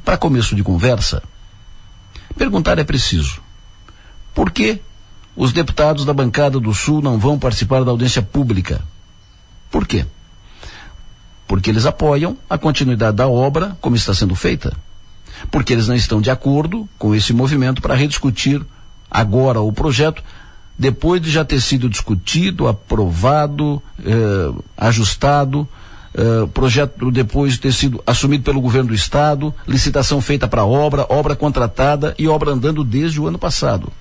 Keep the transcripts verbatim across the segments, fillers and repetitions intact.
Para começo de conversa, perguntar é preciso. Por que os deputados da bancada do Sul não vão participar da audiência pública? Por quê? Porque eles apoiam a continuidade da obra como está sendo feita. Porque eles não estão de acordo com esse movimento para rediscutir agora o projeto, depois de já ter sido discutido, aprovado, eh, ajustado, eh, projeto depois de ter sido assumido pelo governo do estado, licitação feita para obra, obra contratada e obra andando desde o ano passado.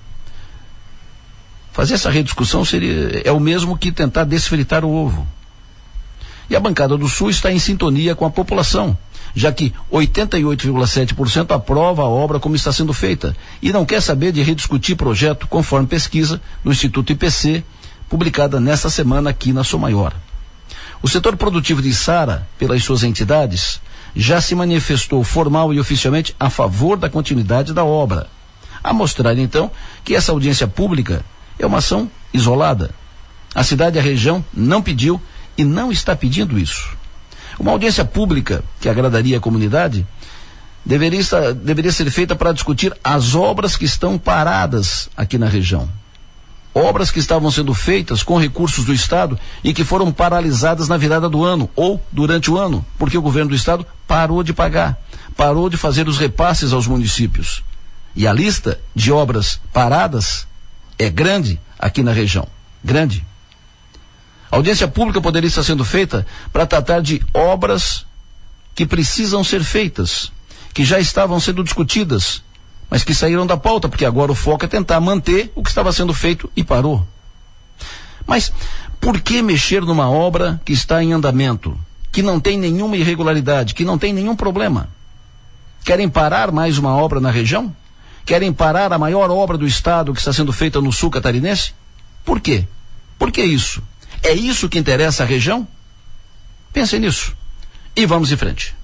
Fazer essa rediscussão seria, é o mesmo que tentar desfritar o ovo. E a bancada do Sul está em sintonia com a população, já que oitenta e oito vírgula sete por cento aprova a obra como está sendo feita e não quer saber de rediscutir projeto, conforme pesquisa do Instituto I P C, publicada nesta semana aqui na Som Maior. O setor produtivo de Içara, pelas suas entidades, já se manifestou formal e oficialmente a favor da continuidade da obra, a mostrar então que essa audiência pública é uma ação isolada. A cidade e a região não pediu e não está pedindo isso. Uma audiência pública que agradaria a comunidade deveria, estar, deveria ser feita para discutir as obras que estão paradas aqui na região. Obras que estavam sendo feitas com recursos do Estado e que foram paralisadas na virada do ano ou durante o ano, porque o governo do Estado parou de pagar, parou de fazer os repasses aos municípios. E a lista de obras paradas é grande aqui na região. Grande. A audiência pública poderia estar sendo feita para tratar de obras que precisam ser feitas, que já estavam sendo discutidas, mas que saíram da pauta, porque agora o foco é tentar manter o que estava sendo feito e parou. Mas por que mexer numa obra que está em andamento, que não tem nenhuma irregularidade, que não tem nenhum problema? Querem parar mais uma obra na região? Querem parar a maior obra do estado que está sendo feita no sul catarinense? Por quê? Por que isso? É isso que interessa à região? Pensem nisso. E vamos em frente.